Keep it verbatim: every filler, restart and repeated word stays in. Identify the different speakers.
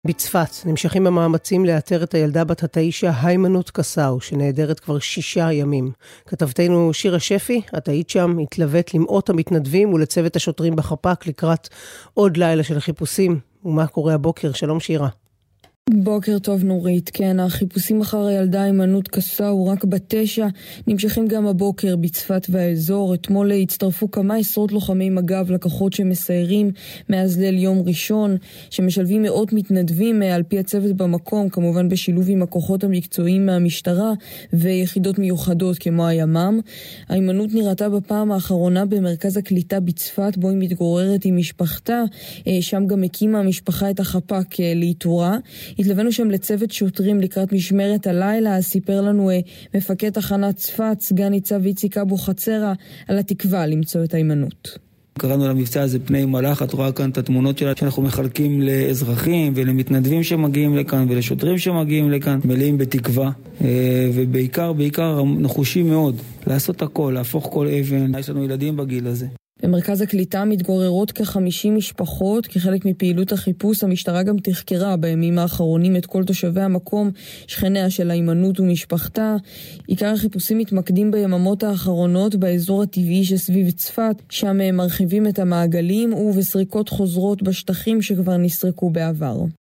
Speaker 1: בצפת נמשכים המאמצים לאתר את הילדה בת התשע היימנוט קסאו, שנעדרת כבר שישה ימים. כתבתנו שירה שפי, את היית שם, התלוות למאות המתנדבים ולצוות השוטרים בחפ"ק לקראת עוד לילה של חיפושים. ומה קורה הבוקר? שלום שירה.
Speaker 2: בוקר טוב נורית. כן, החיפושים אחר הילדה היימנוט קסאו רק בתשע נמשכים גם הבוקר בצפת והאזור. אתמול הצטרפו כמה עשרות לוחמי מג"ב לכוחות שמסיירים מאז ליל יום ראשון, שמשלבים מאות מתנדבים על פי הצוות במקום, כמובן בשילוב עם הכוחות המקצועיים מהמשטרה ויחידות מיוחדות כמו הימ"מ. היימנוט נראתה בפעם האחרונה במרכז הקליטה בצפת, בו היא מתגוררת עם משפחתה. שם גם הקימה המשפחה את החפ"ק לאיתורה. התלווינו שם לצוות שוטרים לקראת משמרת הלילה. סיפר לנו מפקד תחנת צפת, סגן ניצב איציק אבו חצרה, על התקווה למצוא את היימנוט.
Speaker 3: קראנו למבצע הזה פני מלאך. את רואה כאן את התמונות שלה שאנחנו מחלקים לאזרחים ולמתנדבים שמגיעים לכאן ולשוטרים שמגיעים לכאן, מלאים בתקווה, ובעיקר, בעיקר נחושים מאוד לעשות הכל, להפוך כל אבן. יש לנו ילדים בגיל הזה.
Speaker 2: במרכז הקליטה מתגוררות כ-חמישים משפחות. כחלק מפעילות החיפוש, המשטרה גם תחקרה בימים האחרונים את כל תושבי המקום, שכניה של היימנוט ומשפחתה. עיקר החיפושים מתמקדים ביממות האחרונות באזור הטבעי שסביב צפת, שם מרחיבים את המעגלים ובסריקות חוזרות בשטחים שכבר נסרקו בעבר.